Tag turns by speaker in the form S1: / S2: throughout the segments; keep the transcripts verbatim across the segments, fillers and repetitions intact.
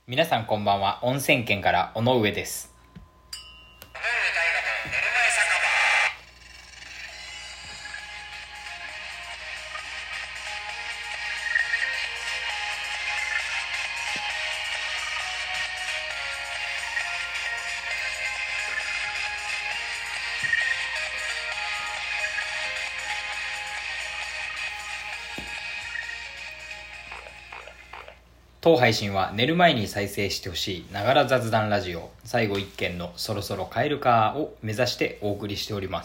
S1: 皆さんこんばんは。温泉県から尾上です。当配信は寝る前に再生してほしいながら雑談ラジオ最後一件のそろそろ帰るかを目指してお送りしております。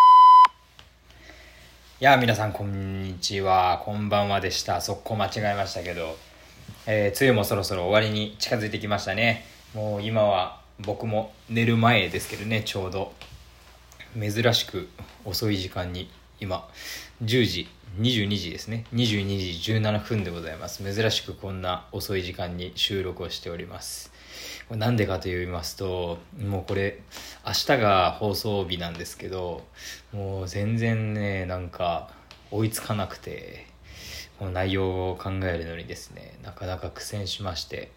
S1: いやー皆さんこんにちは、こんばんはでした。速攻間違えましたけど、えー、梅雨もそろそろ終わりに近づいてきましたね。もう今は僕も寝る前ですけどね、ちょうど珍しく遅い時間に今じゅうじにじゅうにじですね、にじゅうにじじゅうななふんでございます。珍しくこんな遅い時間に収録をしております。なんでかと言いますと、もうこれ明日が放送日なんですけど、もう全然ねなんか追いつかなくて、もう内容を考えるのにですねなかなか苦戦しまして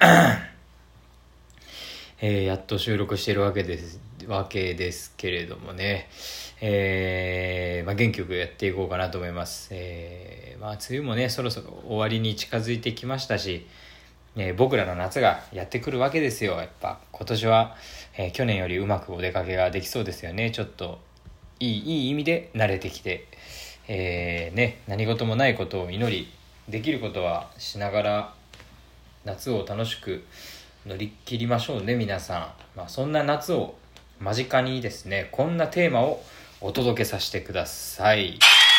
S1: えー、やっと収録しているわけですわけですけれどもね、えーまあ、元気よくやっていこうかなと思います。えーまあ、梅雨もねそろそろ終わりに近づいてきましたし、えー、僕らの夏がやってくるわけですよ。やっぱ今年は、えー、去年よりうまくお出かけができそうですよね。ちょっといいいい意味で慣れてきて、えーね、何事もないことを祈り、できることはしながら夏を楽しく乗り切りましょうね皆さん。まあ、そんな夏を間近にですねこんなテーマをお届けさせてください。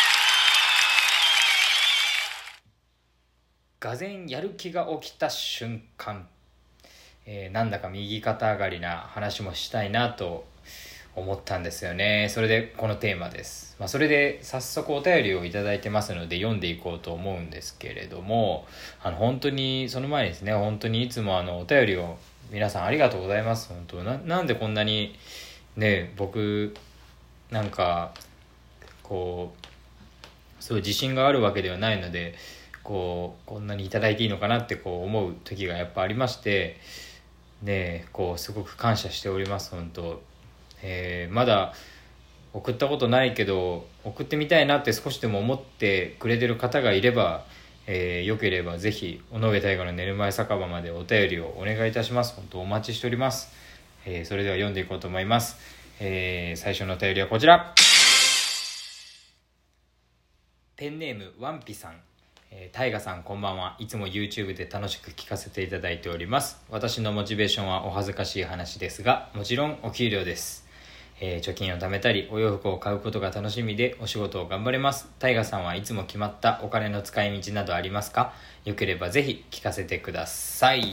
S1: がぜんやる気が起きた瞬間、えー、なんだか右肩上がりな話もしたいなと思ったんですよね。それでこのテーマです。まあ、それで早速お便りをいただいてますので読んでいこうと思うんですけれども、あの本当にその前にですね、本当にいつもあのお便りを皆さんありがとうございます。本当 な, なんでこんなにね僕なんかこうそういう自信があるわけではないので、こうこんなにいただいていいのかなってこう思う時がやっぱありまして、ねこうすごく感謝しております本当。えー、まだ送ったことないけど送ってみたいなって少しでも思ってくれてる方がいれば、えー、よければぜひ尾上大河の寝る前酒場までお便りをお願いいたします。本当お待ちしております。えー、それでは読んでいこうと思います。えー、最初のお便りはこちら。ペンネームワンピさん。えー、タイガさんこんばんは。いつも YouTube で楽しく聞かせていただいております。私のモチベーションはお恥ずかしい話ですが、もちろんお給料です。えー、貯金を貯めたりお洋服を買うことが楽しみでお仕事を頑張れます。タイガさんはいつも決まったお金の使い道などありますか？よければぜひ聞かせてください。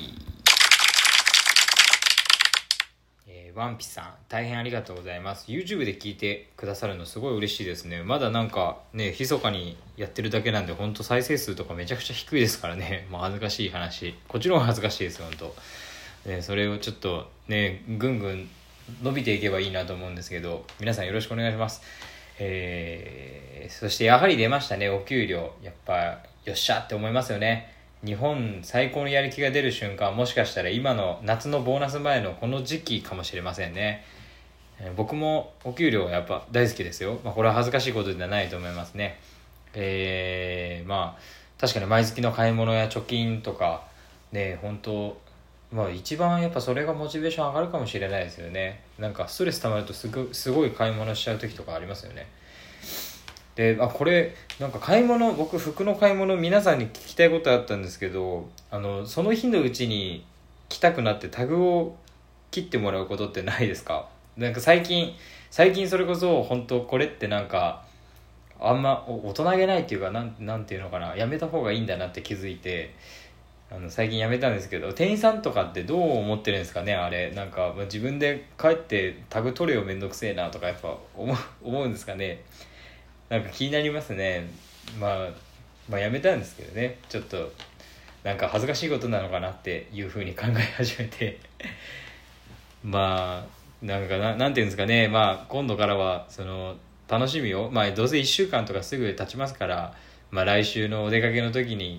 S1: えー、ワンピさん大変ありがとうございます。 YouTube で聞いてくださるのすごい嬉しいですね。まだなんかね密かにやってるだけなんで、本当再生数とかめちゃくちゃ低いですからね。もう恥ずかしい話、こっちの方が恥ずかしいです本当、ね、それをちょっとねぐんぐん伸びていけばいいなと思うんですけど、皆さんよろしくお願いします。えー、そしてやはり出ましたねお給料。やっぱよっしゃって思いますよね。日本最高のやる気が出る瞬間はもしかしたら今の夏のボーナス前のこの時期かもしれませんね。えー、僕もお給料はやっぱ大好きですよ。まあ、これは恥ずかしいことではないと思いますね。えー、まあ確かに毎月の買い物や貯金とかね、本当まあ一番やっぱそれがモチベーション上がるかもしれないですよね。なんかストレス溜まるとすごすごい買い物しちゃう時とかありますよね。で、あこれなんか買い物、僕服の買い物皆さんに聞きたいことあったんですけど、あのその日のうちに着たくなってタグを切ってもらうことってないですか？なんか最近最近それこそ本当これってなんかあんま大人げないっていうか、なんなんていうのかな、やめた方がいいんだなって気づいて、あの最近やめたんですけど、店員さんとかってどう思ってるんですかねあれ。なんか、まあ、自分で帰ってタグ取れよめんどくせえなとかやっぱ思う思うんですかね。なんか気になりますね。まあまあやめたんですけどね、ちょっとなんか恥ずかしいことなのかなっていう風に考え始めてまあなんかな、なんていうんですかね、まあ今度からはその楽しみを、まあどうせいっしゅうかんとかすぐ経ちますから、まあ来週のお出かけの時に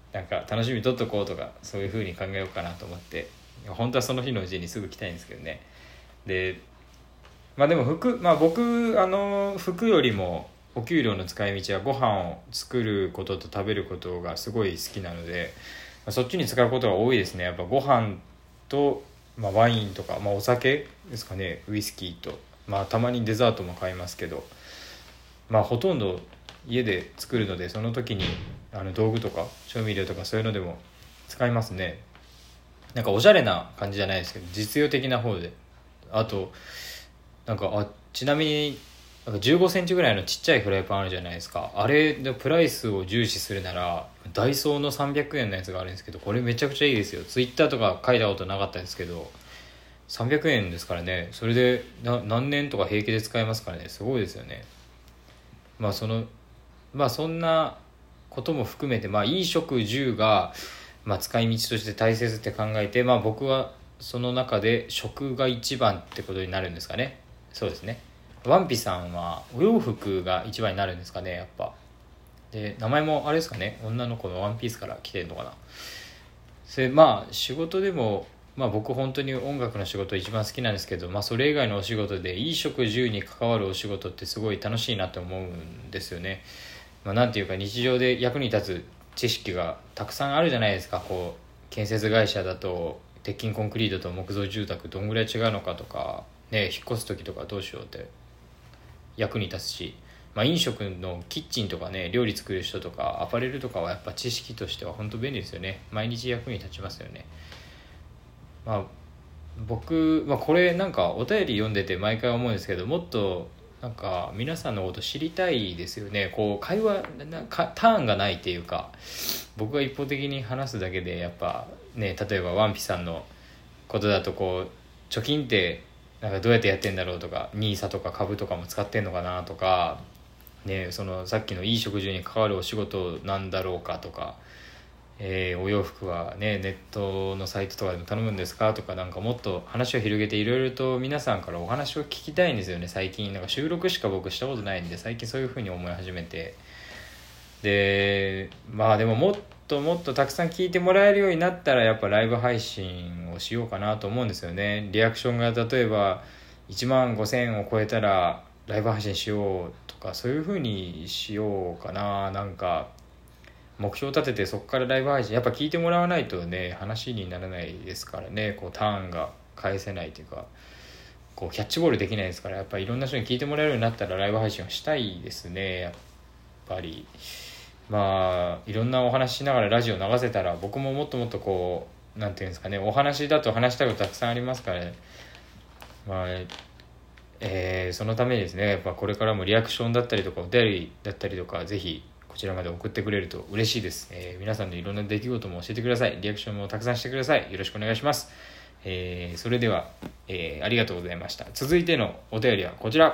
S1: なんか楽しみ取っとこうとかそういう風に考えようかなと思って、本当はその日のうちにすぐ来たいんですけどね。でまあでも服、まあ僕あの服よりもお給料の使い道はご飯を作ることと食べることがすごい好きなので、まあ、そっちに使うことが多いですね。やっぱご飯と、まあ、ワインとか、まあ、お酒ですかね、ウイスキーと、まあたまにデザートも買いますけど、まあほとんど家で作るので、その時にあの道具とか調味料とかそういうのでも使いますね。なんかおしゃれな感じじゃないですけど実用的な方で、あとなんかあちなみになんかじゅうごセンチぐらいのちっちゃいフライパンあるじゃないですか。あれでプライスを重視するならダイソーのさんびゃくえんのやつがあるんですけど、これめちゃくちゃいいですよ。ツイッターとか書いたことなかったんですけどさんびゃくえんですからね。それでな何年とか平気で使えますからね。すごいですよね。まあそのまあそんなことも含めて、まあ衣食住が、まあ、使い道として大切って考えて、まあ僕はその中で食が一番ってことになるんですかね。そうですね。ワンピさんはお洋服が一番になるんですかね、やっぱ。で名前もあれですかね、女の子のワンピースから来てるのかな。それまあ仕事でも、まあ僕本当に音楽の仕事一番好きなんですけど、まあそれ以外のお仕事で衣食住に関わるお仕事ってすごい楽しいなと思うんですよね。まあ、なんていうか日常で役に立つ知識がたくさんあるじゃないですか。こう建設会社だと鉄筋コンクリートと木造住宅どんぐらい違うのかとかね、引っ越す時とかどうしようって役に立つし、まあ、飲食のキッチンとかね、料理作る人とかアパレルとかはやっぱ知識としては本当便利ですよね。毎日役に立ちますよね。まあ僕、まあ、これなんかお便り読んでて毎回思うんですけど、もっとなんか皆さんのこと知りたいですよね。こう会話なんかターンがないっていうか、僕が一方的に話すだけでやっぱね、例えばワンピさんのことだとこう貯金ってなんかどうやってやってんだろうとか、ニーサとか株とかも使ってんのかなとかね、そのさっきのいい食事に関わるお仕事なんだろうかとか、えーお洋服はねネットのサイトとかでも頼むんですかとか、なんかもっと話を広げていろいろと皆さんからお話を聞きたいんですよね。最近なんか収録しか僕したことないんで、最近そういう風に思い始めて、でまあでももっともっとたくさん聞いてもらえるようになったらやっぱライブ配信をしようかなと思うんですよね。リアクションが例えばいちまんごせんを超えたらライブ配信しようとか、そういう風にしようかな。なんか目標立ててそこからライブ配信やっぱ聞いてもらわないとね話にならないですからね。こうターンが返せないというか、こうキャッチボールできないですから、やっぱりいろんな人に聞いてもらえるようになったらライブ配信をしたいですね。やっぱりまあいろんなお話しながらラジオ流せたら、僕ももっともっとこうなんていうんですかね、お話だと話したいことたくさんありますからね。まあえーそのためにですね、やっぱこれからもリアクションだったりとかお便りだったりとかぜひこちらまで送ってくれると嬉しいです。えー皆さんのいろんな出来事も教えてください。リアクションもたくさんしてください。よろしくお願いします。えーそれでは、えーありがとうございました。続いてのお便りはこちら。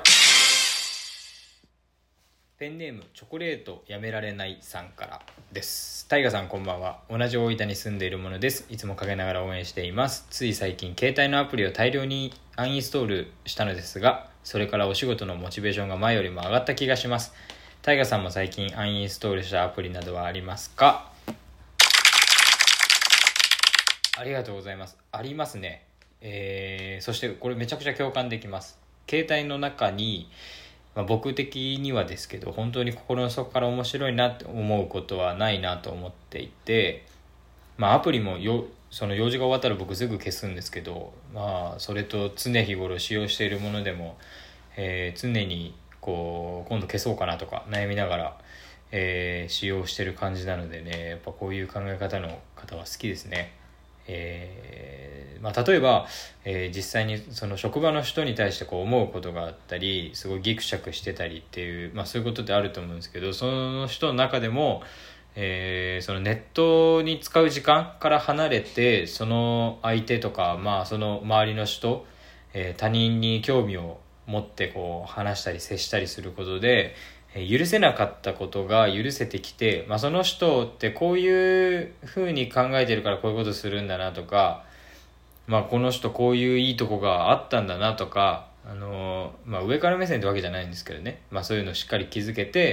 S1: ペンネームチョコレートやめられないさんからです。タイガさんこんばんは。同じ大分に住んでいるものです。いつも陰ながら応援しています。つい最近携帯のアプリを大量にアンインストールしたのですが、それからお仕事のモチベーションが前よりも上がった気がします。タイガさんも最近アンインストールしたアプリなどはありますか？ありがとうございます。ありますね。えー、そしてこれめちゃくちゃ共感できます。携帯の中にまあ、僕的にはですけど本当に心の底から面白いなって思うことはないなと思っていて、まあ、アプリもよその用事が終わったら僕すぐ消すんですけど、まあ、それと常日頃使用しているものでも、えー常にこう今度消そうかなとか悩みながら、えー使用している感じなのでね、やっぱこういう考え方の方は好きですね。えーまあ、例えば、えー実際にその職場の人に対してこう思うことがあったりすごいギクシャクしてたりっていう、まあ、そういうことってあると思うんですけど、その人の中でも、えーそのネットに使う時間から離れてその相手とか、まあ、その周りの人、えー他人に興味を持ってこう話したり接したりすることで許せなかったことが許せてきて、まあ、その人ってこういう風に考えてるからこういうことするんだなとか、まあ、この人こういういいとこがあったんだなとか、あの、まあ、上から目線ってわけじゃないんですけどね、まあ、そういうのをしっかり気づけて、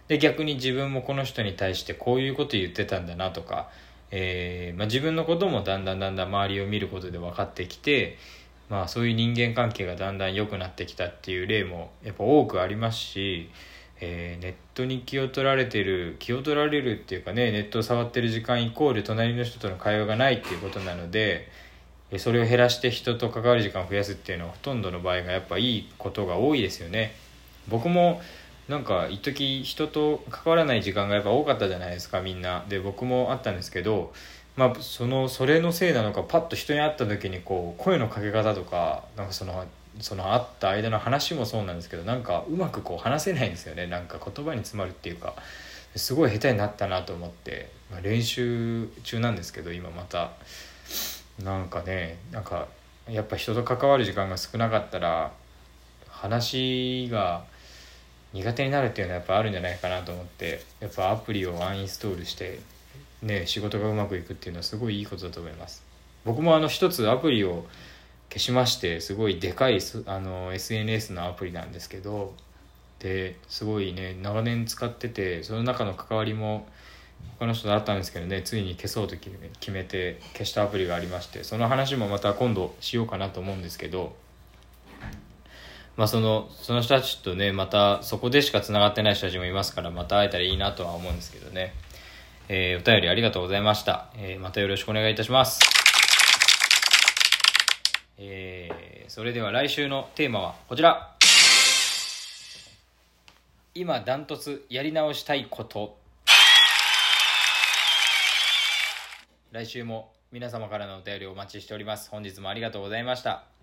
S1: で逆に自分もこの人に対してこういうこと言ってたんだなとか、えーまあ、自分のこともだんだんだんだん周りを見ることで分かってきて、まあ、そういう人間関係がだんだん良くなってきたっていう例もやっぱ多くありますし、えーネットに気を取られてる気を取られるっていうかね、ネットを触ってる時間イコール隣の人との会話がないっていうことなので、それを減らして人と関わる時間を増やすっていうのはほとんどの場合がやっぱいいことが多いですよね。僕もなんか一時人と関わらない時間がやっぱ多かったじゃないですか、みんなで。僕もあったんですけど、まあそのそれのせいなのか、パッと人に会った時にこう声のかけ方とか、なんかそのその会った間の話もそうなんですけど、なんかうまくこう話せないんですよね。なんか言葉に詰まるっていうか、すごい下手になったなと思って、まあ、練習中なんですけど今また。なんかね、なんかやっぱ人と関わる時間が少なかったら話が苦手になるっていうのはやっぱあるんじゃないかなと思って、やっぱアプリをアンインストールしてね、仕事がうまくいくっていうのはすごいいいことだと思います。僕もあの一つアプリを消しまして、すごいでかいあの エスエヌエス のアプリなんですけど、ですごいね長年使ってて、その中の関わりも他の人とあったんですけどね、ついに消そうと決め決めて消したアプリがありまして、その話もまた今度しようかなと思うんですけど、まあそのその人たちとね、またそこでしかつながってない人たちもいますから、また会えたらいいなとは思うんですけどね。えー、お便りありがとうございました。えー、またよろしくお願いいたします。えー、それでは来週のテーマはこちら。今ダントツやり直したいこと。来週も皆様からのお便りをお待ちしております。本日もありがとうございました。